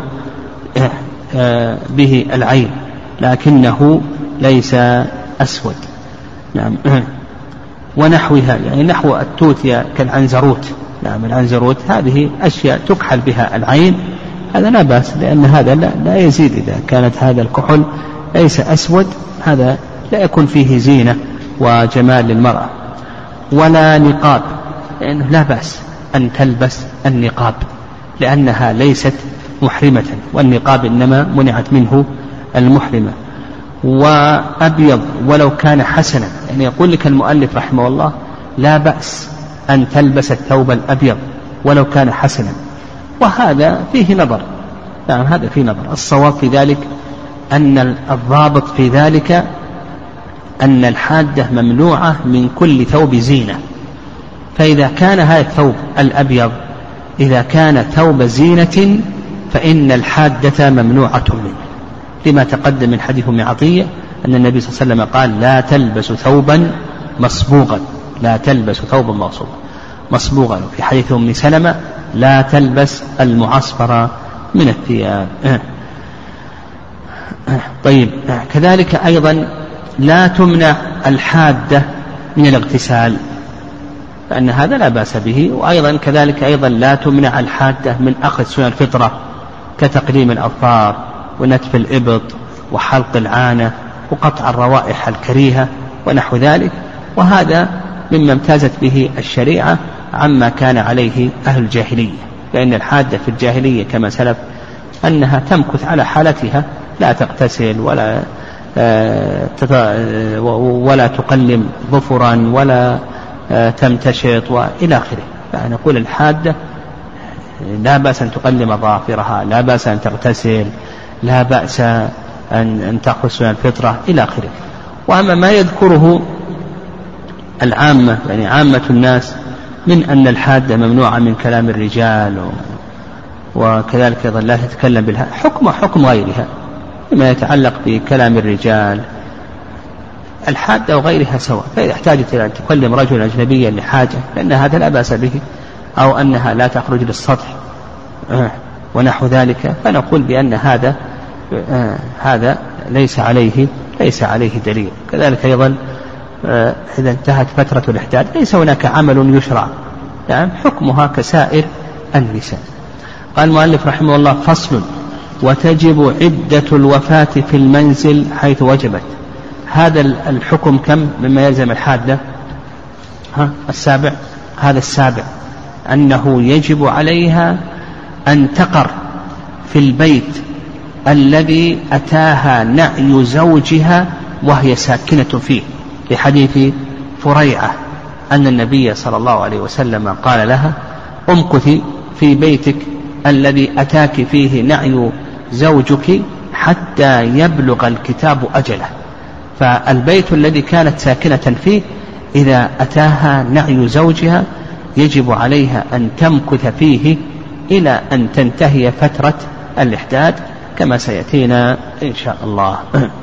به العين لكنه ليس أسود، نعم. ونحوها يعني نحو التوتية كالعنزروت، نعم العنزروت هذه أشياء تكحل بها العين، هذا لا بأس لأن هذا لا, لا يزيد. إذا كانت هذا الكحل ليس أسود هذا لا يكون فيه زينة وجمال للمرأة. ولا نقاب، لأنه لا بأس أن تلبس النقاب لأنها ليست محرمة، والنقاب إنما منعت منه المحرمة. وأبيض ولو كان حسنا، يعني يقول لك المؤلف رحمه الله لا بأس أن تلبس الثوب الأبيض ولو كان حسنا، وهذا فيه نظر، نعم هذا فيه نظر. الصواب في ذلك أن الضابط في ذلك أن الحادة ممنوعة من كل ثوب زينة، فإذا كان هذا الثوب الأبيض إذا كان ثوب زينة فإن الحادة ممنوعة منه، لما تقدم من حديث أم عطية أن النبي صلى الله عليه وسلم قال لا تلبس ثوبا مصبوغا، لا تلبس ثوبا مصبوغا مصبوغا في حديث أم سلمة لا تلبس المعصفر من الثياب. طيب كذلك أيضا لا تمنع الحادة من الاغتسال، لأن هذا لا بأس به. وأيضا كذلك أيضا لا تمنع الحادة من أخذ سنن الفطرة كتقليم الأظفار ونتف الإبط وحلق العانة وقطع الروائح الكريهة ونحو ذلك، وهذا مما امتازت به الشريعة عما كان عليه أهل الجاهلية، لأن الحادة في الجاهلية كما سلف أنها تمكث على حالتها لا تغتسل ولا ولا تقلم ظفرا ولا تمتشط وإلى آخره. فنقول الحادة لا بأس أن تقلم ظافرها، لا بأس أن تغتسل، لا بأس أن, أن تأخذ سنن الفطرة إلى آخره. وأما ما يذكره العامة يعني عامة الناس من أن الحادة ممنوعة من كلام الرجال وكذلك أيضا لا تتكلم بالها، حكم حكم غيرها فيما يتعلق بكلام الرجال الحادة وغيرها سواء. فإذا احتاجت إلى أن تكلم رجل أجنبيا لحاجة لأن هذا لا بأس به، أو أنها لا تخرج للسطح ونحو ذلك، فنقول بأن هذا هذا ليس عليه ليس عليه دليل. كذلك أيضا إذا انتهت فترة الإحداث ليس هناك عمل يشرع، يعني حكمها كسائر النساء. قال المؤلف رحمه الله فصل وتجب عدة الوفاة في المنزل حيث وجبت. هذا الحكم كم مما يلزم الحادة؟ ها السابع، هذا السابع أنه يجب عليها أن تقر في البيت الذي أتاها نعي زوجها وهي ساكنة فيه، لحديث فريعة أن النبي صلى الله عليه وسلم قال لها امكثي في بيتك الذي أتاك فيه نعي زوجك حتى يبلغ الكتاب أجله. فالبيت الذي كانت ساكنة فيه إذا أتاها نعي زوجها يجب عليها أن تمكث فيه إلى أن تنتهي فترة الإحداد كما سيأتينا إن شاء الله.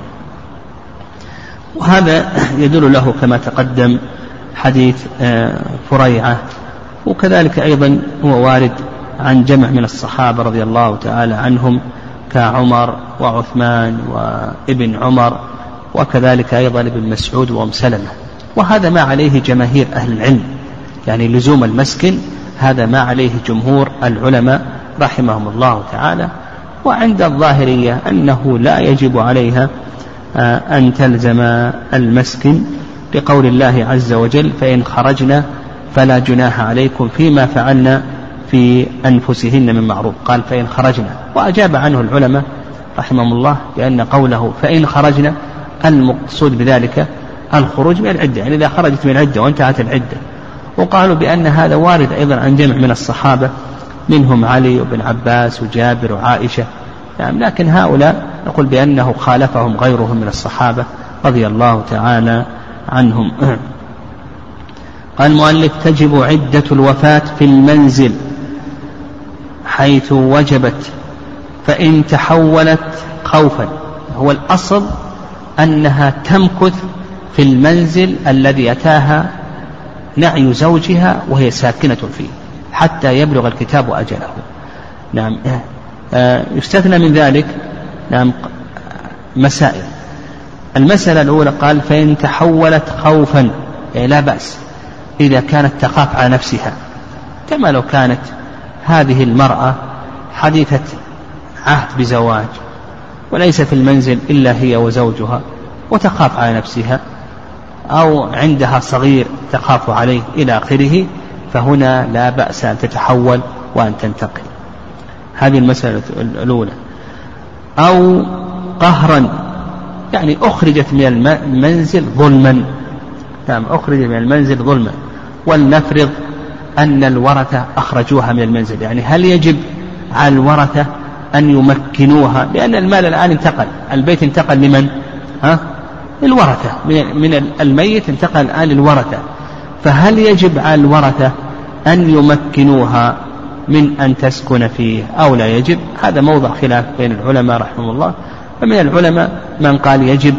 وهذا يدل له كما تقدم حديث فريعة، وكذلك أيضا هو وارد عن جمع من الصحابة رضي الله تعالى عنهم كعمر وعثمان وابن عمر، وكذلك أيضا ابن مسعود وأم سلمة. وهذا ما عليه جماهير أهل العلم، يعني لزوم المسكن هذا ما عليه جمهور العلماء رحمهم الله تعالى. وعند الظاهرية أنه لا يجب عليها أن تلزم المسكن لقول الله عز وجل فإن خرجنا فلا جناح عليكم فيما فعلنا في أنفسهن من معروف. قال فإن خرجنا، وأجاب عنه العلماء رحمهم الله بأن قوله فإن خرجنا المقصود بذلك الخروج من العدة، يعني إذا خرجت من العدة وانتهت العدة. وقالوا بأن هذا وارد أيضا عن جمع من الصحابة منهم علي وابن عباس وجابر وعائشة، يعني لكن هؤلاء نقول بأنه خالفهم غيرهم من الصحابة رضي الله تعالى عنهم. قال المؤلف تجب عدة الوفاة في المنزل حيث وجبت فإن تحولت خوفا. هو الأصل أنها تمكث في المنزل الذي أتاها نعي زوجها وهي ساكنة فيه حتى يبلغ الكتاب أجله. نعم. يستثنى من ذلك نعم مسائل. المسألة الأولى قال فإن تحولت خوفا، يعني لا بأس إذا كانت تخاف على نفسها، كما لو كانت هذه المرأة حديثة عهد بزواج وليس في المنزل إلا هي وزوجها وتخاف على نفسها، أو عندها صغير تخاف عليه إلى آخره، فهنا لا بأس أن تتحول وأن تنتقل. هذه المسألة الأولى. أو قهرا، يعني أخرجت من المنزل ظلما. نعم أخرجت من المنزل ظلما. ولنفرض أن الورثة أخرجوها من المنزل، يعني هل يجب على الورثة أن يمكنوها؟ لأن المال الآن انتقل، البيت انتقل لمن؟ ها؟ الورثة، من الميت انتقل الآن للورثة، فهل يجب على الورثة أن يمكنوها من أن تسكن فيه أو لا يجب؟ هذا موضع خلاف بين العلماء رحمه الله. فمن العلماء من قال يجب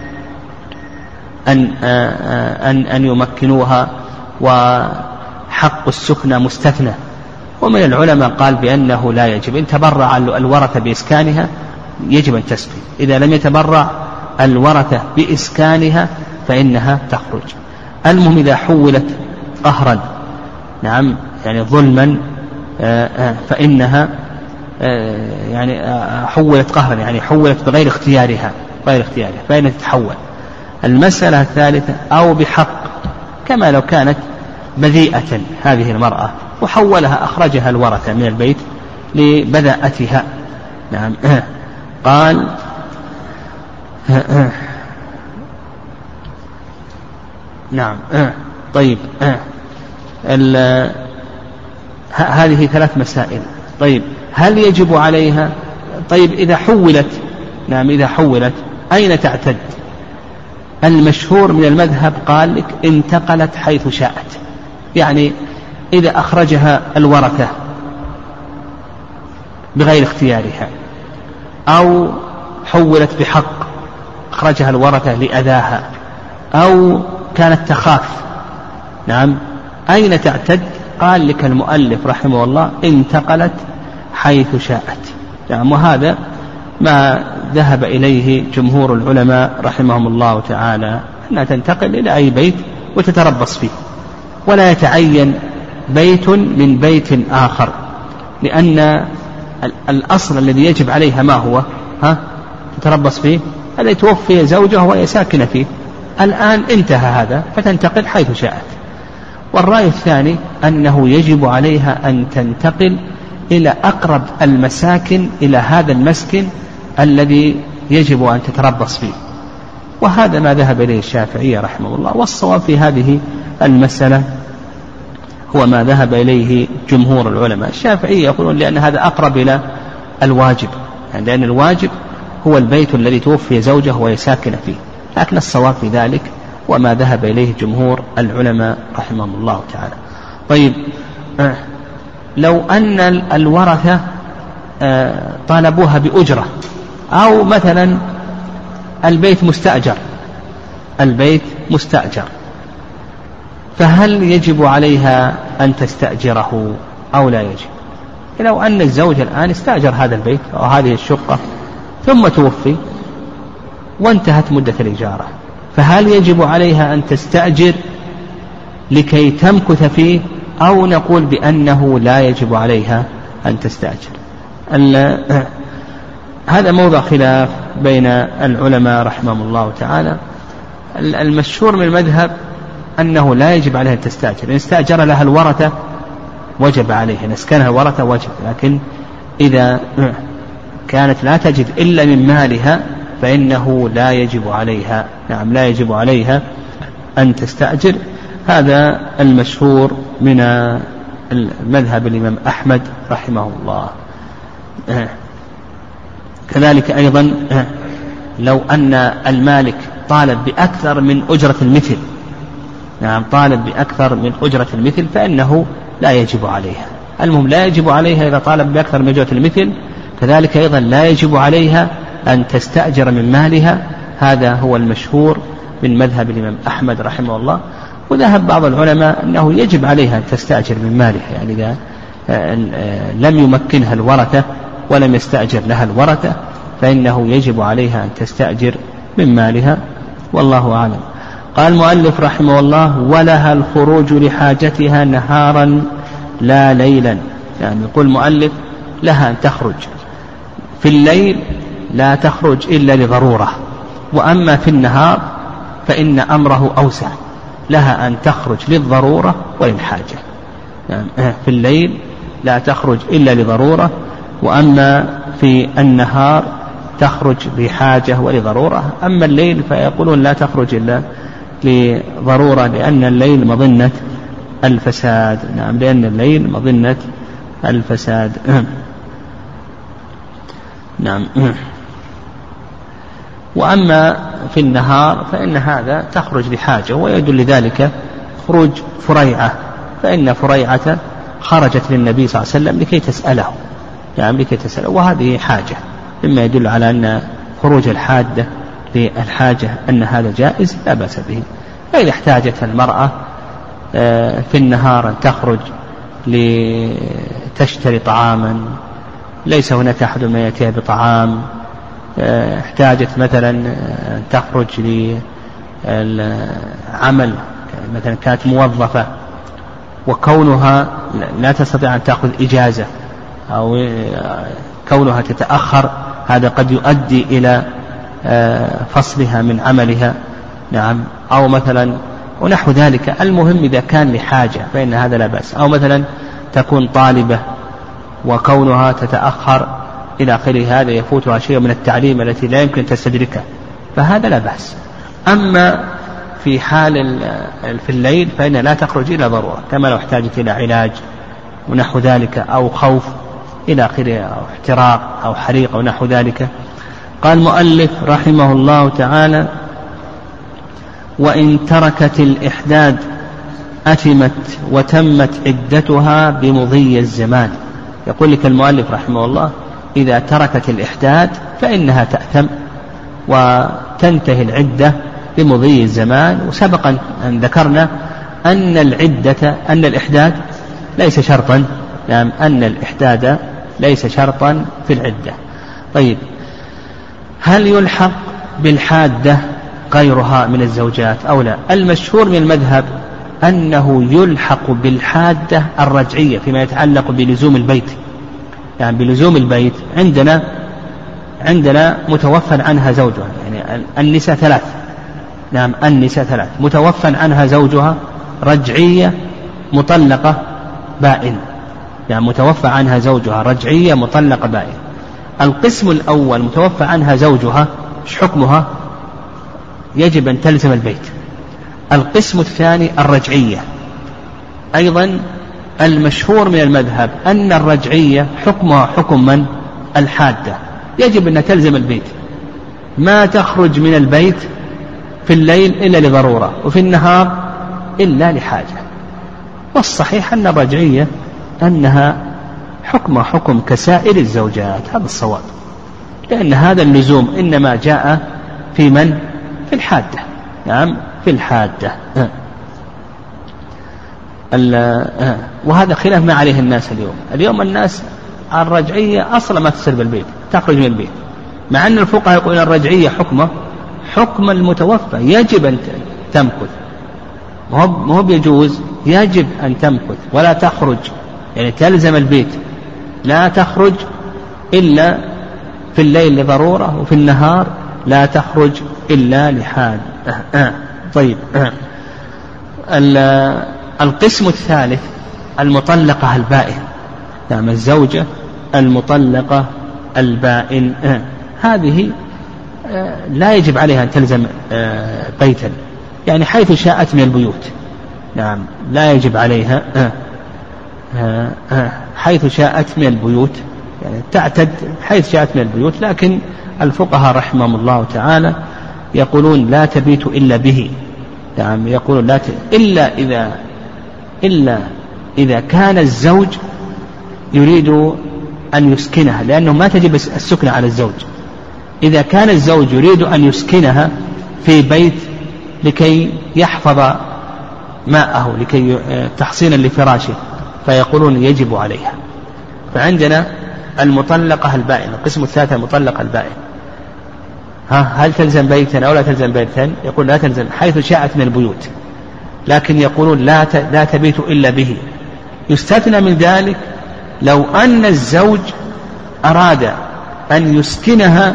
أن أن أن يمكنوها وحق السكنى مستثنى، ومن العلماء قال بأنه لا يجب. إن تبرع الورثة بإسكانها يجب أن تسكن، إذا لم يتبرع الورثة بإسكانها فإنها تخرج. المهم إذا حولت قهرا، نعم يعني ظلما، فإنها يعني حولت قهرا، يعني حولت بغير اختيارها غير اختيارها فإنها تتحول. المسألة الثالثة أو بحق، كما لو كانت بذيئة هذه المرأة وحولها أخرجها الورثة من البيت لبذاءتها. نعم. قال نعم طيب هذه ثلاث مسائل. طيب هل يجب عليها؟ طيب إذا حولت، نعم إذا حولت أين تعتد؟ المشهور من المذهب قال لك انتقلت حيث شاءت، يعني إذا أخرجها الورثة بغير اختيارها أو حولت بحق أخرجها الورثة لأذاها أو كانت تخاف، نعم أين تعتد؟ قال لك المؤلف رحمه الله انتقلت حيث شاءت. نعم. وهذا ما ذهب إليه جمهور العلماء رحمهم الله تعالى، أنها تنتقل إلى أي بيت وتتربص فيه، ولا يتعين بيت من بيت آخر، لأن الأصل الذي يجب عليها ما هو؟ ها؟ تتربص فيه الذي توفي زوجه وهي ساكنة فيه. الآن انتهى هذا فتنتقل حيث شاءت. والرأي الثاني أنه يجب عليها أن تنتقل إلى أقرب المساكن إلى هذا المسكن الذي يجب أن تتربص فيه، وهذا ما ذهب إليه الشافعية رحمه الله. والصواب في هذه المسألة هو ما ذهب إليه جمهور العلماء. الشافعية يقولون لأن هذا أقرب إلى الواجب، يعني لأن الواجب هو البيت الذي توفي زوجه وهي ساكنة فيه، لكن الصواب في ذلك وما ذهب إليه جمهور العلماء رحمهم الله تعالى. طيب، لو أن الورثة طالبوها بأجرة، أو مثلا البيت مستأجر البيت مستأجر فهل يجب عليها أن تستأجره أو لا يجب؟ لو أن الزوج الآن استأجر هذا البيت أو هذه الشقة ثم توفي وانتهت مدة الإجارة، فهل يجب عليها أن تستأجر لكي تمكث فيه، أو نقول بأنه لا يجب عليها أن تستأجر؟ هذا موضع خلاف بين العلماء رحمهم الله تعالى. المشهور من المذهب أنه لا يجب عليها أن تستأجر، إن استأجر لها الورثة وجب عليها، إن اسكنها الورثة وجب، لكن إذا كانت لا تجد إلا من مالها فإنه لا يجب عليها نعم لا يجب عليها أن تستأجر. هذا المشهور من مذهب الإمام أحمد رحمه الله. كذلك أيضا لو أن المالك طالب بأكثر من أجرة المثل نعم طالب بأكثر من أجرة المثل فإنه لا يجب عليها. المهم لا يجب عليها إذا طالب بأكثر من أجرة المثل، كذلك أيضا لا يجب عليها أن تستأجر من مالها. هذا هو المشهور من مذهب الإمام أحمد رحمه الله. وذهب بعض العلماء أنه يجب عليها أن تستأجر من مالها، يعني إذا لم يمكنها الورثة ولم يستأجر لها الورثة فإنه يجب عليها أن تستأجر من مالها، والله أعلم. قال المؤلف رحمه الله: ولها الخروج لحاجتها نهارا لا ليلا. يعني يقول المؤلف لها أن تخرج في الليل، لا تخرج إلا لضرورة، وأما في النهار فإن أمره أوسع، لها أن تخرج للضرورة وللحاجة. يعني في الليل لا تخرج إلا لضرورة، وأما في النهار تخرج لحاجة ولضرورة. أما الليل فيقولون لا تخرج إلا لضرورة، لأن الليل مظنة الفساد. نعم لأن الليل مظنة الفساد. نعم. وأما في النهار فإن هذا تخرج لحاجة، ويدل لذلك خروج فريعة، فإن فريعة خرجت للنبي صلى الله عليه وسلم لكي تسأله يعني لكي تسأله وهذه حاجة، مما يدل على أن خروج الحادة للحاجة أن هذا جائز لا بأس به. فإذا احتاجت المرأة في النهار أن تخرج لتشتري طعاما، ليس هناك أحد ما يأتيها بطعام، احتاجت مثلا أن تخرج للعمل، مثلا كانت موظفة وكونها لا تستطيع أن تأخذ إجازة أو كونها تتأخر، هذا قد يؤدي إلى فصلها من عملها. نعم. أو مثلا ونحو ذلك. المهم إذا كان لحاجة فإن هذا لا بأس. أو مثلا تكون طالبة وكونها تتأخر إلى آخره، هذا يفوتها شيء من التعليم التي لا يمكن تستدركها، فهذا لا بأس. أما في حال في الليل فإن لا تخرج إلى ضرورة، كما لو احتاجت إلى علاج ونحو ذلك، أو خوف إلى آخره، أو احتراق أو حريق أو نحو ذلك. قال المؤلف رحمه الله تعالى: وإن تركت الإحداد أتمت وتمت عدتها بمضي الزمان. يقول لك المؤلف رحمه الله: إذا تركت الإحداد فإنها تأثم وتنتهي العدة بمضي الزمان. وسبقا أن ذكرنا أن العدة أن الإحداد ليس شرطا، يعني أن الإحداد ليس شرطا في العدة. طيب، هل يلحق بالحادة غيرها من الزوجات أو لا؟ المشهور من المذهب أنه يلحق بالحادة الرجعية فيما يتعلق بلزوم البيت. يعني بلزوم البيت عندنا عندنا متوفى عنها زوجها، يعني النساء ثلاث. نعم النساء ثلاث: متوفى عنها زوجها، رجعية، مطلقة، بائن. يعني متوفى عنها زوجها، رجعية، مطلقة، بائن. القسم الأول متوفى عنها زوجها، ايش حكمها؟ يجب أن تلزم البيت. القسم الثاني الرجعية، أيضا المشهور من المذهب أن الرجعية حكمها حكم من؟ الحادة، يجب أن تلزم البيت، ما تخرج من البيت في الليل إلا لضرورة، وفي النهار إلا لحاجة. والصحيح أن الرجعية أنها حكم حكم كسائر الزوجات، هذا الصواب، لأن هذا اللزوم إنما جاء في من؟ في الحادة. نعم في الحادة. وهذا خلاف ما عليه الناس اليوم. اليوم الناس الرجعية أصلا ما تصير بالبيت، تخرج من البيت، مع أن الفقهاء يقولون الرجعية حكمه حكم المتوفى، يجب أن تمكث، ما هو بيجوز، يجب أن تمكث ولا تخرج، يعني تلزم البيت، لا تخرج إلا في الليل لضرورة، وفي النهار لا تخرج إلا لحاجة. طيب، القسم الثالث المطلقة البائن. نعم الزوجة المطلقة البائن هذه لا يجب عليها أن تلزم بيتا، يعني حيث شاءت من البيوت. نعم لا يجب عليها حيث شاءت من البيوت، يعني تعتد حيث شاءت من البيوت. لكن الفقهاء رحمهم الله تعالى يقولون لا تبيت إلا به. نعم يقولون لا ت... إلا إذا إلا إذا كان الزوج يريد أن يسكنها، لأنه ما تجب السكنة على الزوج. إذا كان الزوج يريد أن يسكنها في بيت لكي يحفظ ماءه، لكي تحصينا لفراشه، فيقولون يجب عليها. فعندنا المطلقة البائن، القسم الثالث المطلقة البائن، ها هل تلزم بيتا أو لا تلزم بيتا؟ يقول لا تلزم حيث شاءت من البيوت، لكن يقولون لا لا تبيت إلا به. يستثنى من ذلك لو أن الزوج أراد أن يسكنها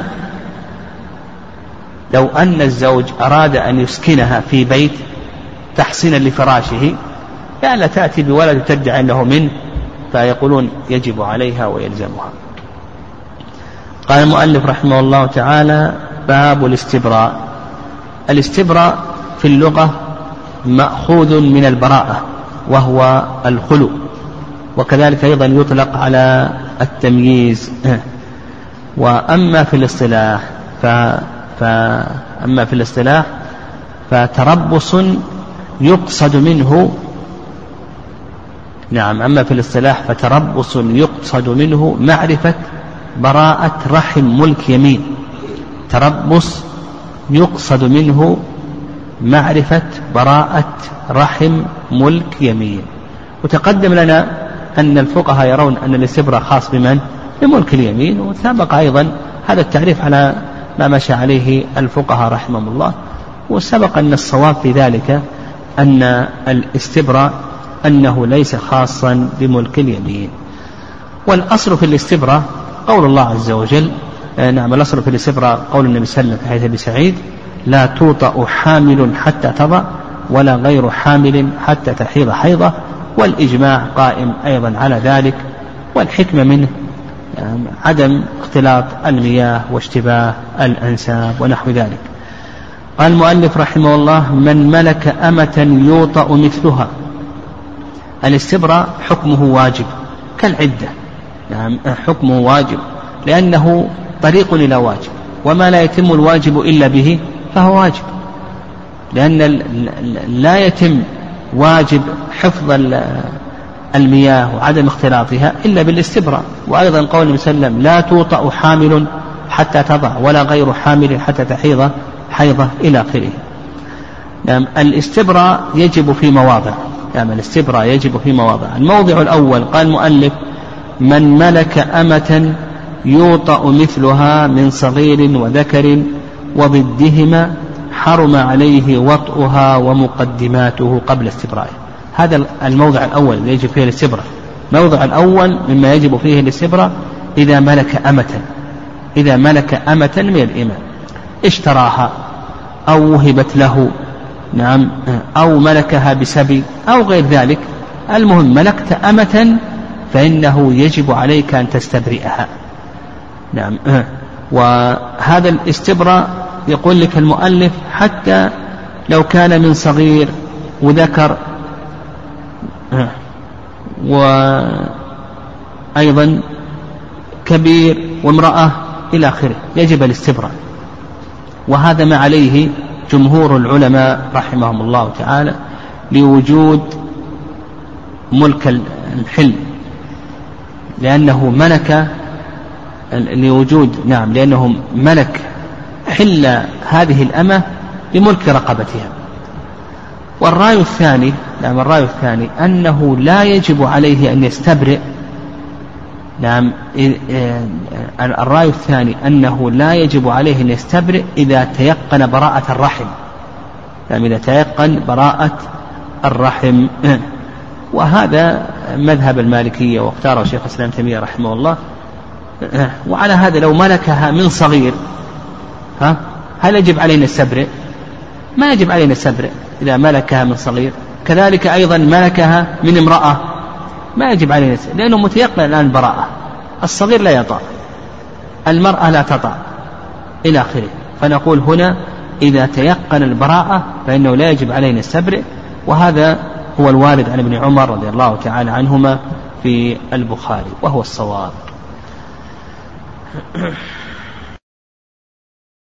لو أن الزوج أراد أن يسكنها في بيت تحصينا لفراشه، لا لا تأتي بولد تدعي أنه منه، فيقولون يجب عليها ويلزمها. قال المؤلف رحمه الله تعالى: باب الاستبراء. الاستبراء في اللغة مأخوذ من البراءة وهو الخلو، وكذلك أيضا يطلق على التمييز. وأما في الاصطلاح ف... فأما في الاصطلاح فتربص يقصد منه نعم أما في الاصطلاح فتربص يقصد منه معرفة براءة رحم ملك يمين. تربص يقصد منه معرفة براءة رحم ملك يمين. وتقدم لنا أن الفقهاء يرون أن الاستبراء خاص بمن؟ بملك اليمين، وسبق أيضا هذا التعريف على ما مشى عليه الفقهاء رحمهم الله. وسبق أن الصواب في ذلك أن الاستبراء أنه ليس خاصا بملك اليمين. والأصل في الاستبراء قول الله عز وجل، نعم الأصل في الاستبراء قول النبي صلى الله عليه وسلم في حديث أبي سعيد: لا توطأ حامل حتى تضع ولا غير حامل حتى تحيض حيضة. والإجماع قائم أيضا على ذلك، والحكمة منه يعني عدم اختلاط المياه واشتباه الأنساب ونحو ذلك. قال المؤلف رحمه الله: من ملك أمة يوطأ مثلها. الاستبراء حكمه واجب كالعدة، يعني حكمه واجب لأنه طريق إلى واجب، وما لا يتم الواجب إلا به فهو واجب، لأن لا يتم واجب حفظ المياه وعدم اختلاطها إلا بالاستبراء. وأيضا قول النبي صلى الله عليه وسلم: لا توطأ حامل حتى تضع ولا غير حامل حتى تحيض حيضة إلى آخره. نعم الاستبراء يجب في مواضع نعم الاستبراء يجب في مواضع. الموضع الأول قال المؤلف: من ملك أمة يوطأ مثلها من صغير وذكر وضدهما حرم عليه وطئها ومقدماته قبل استبرائه. هذا الموضع الأول اللي يجب فيه الاستبراء. الموضع الأول مما يجب فيه الاستبراء إذا ملك أمة إذا ملك أمة من الإماء، اشتراها أو وهبت له، نعم أو ملكها بسبي أو غير ذلك. المهم ملكت أمة فإنه يجب عليك أن تستبرئها. نعم وهذا الاستبراء يقول لك المؤلف حتى لو كان من صغير وذكر وأيضا كبير وامرأة إلى آخره يجب الاستبراء. وهذا ما عليه جمهور العلماء رحمهم الله تعالى لوجود ملك الحل، لأنه ملك لوجود نعم لأنه ملك حل هذه الأمة بملك رقبتها. والرأي الثاني نعم الرأي الثاني أنه لا يجب عليه أن يستبرئ. نعم الرأي الثاني أنه لا يجب عليه أن يستبرئ إذا تيقن براءة الرحم، نعم إذا تيقن براءة الرحم. وهذا مذهب المالكية واختاره شيخ الإسلام ابن تيمية رحمه الله. وعلى هذا لو ملكها من صغير ها هل يجب علينا السبر؟ ما يجب علينا السبر إذا ملكها من صغير. كذلك أيضا ملكها من امرأة ما يجب علينا السبر، لأنه متيقن الآن البراءة. الصغير لا يطأ، المرأة لا تطأ إلى آخره. فنقول هنا إذا تيقن البراءة فإنه لا يجب علينا السبر. وهذا هو الوارد عن ابن عمر رضي الله تعالى عنهما في البخاري وهو الصواب.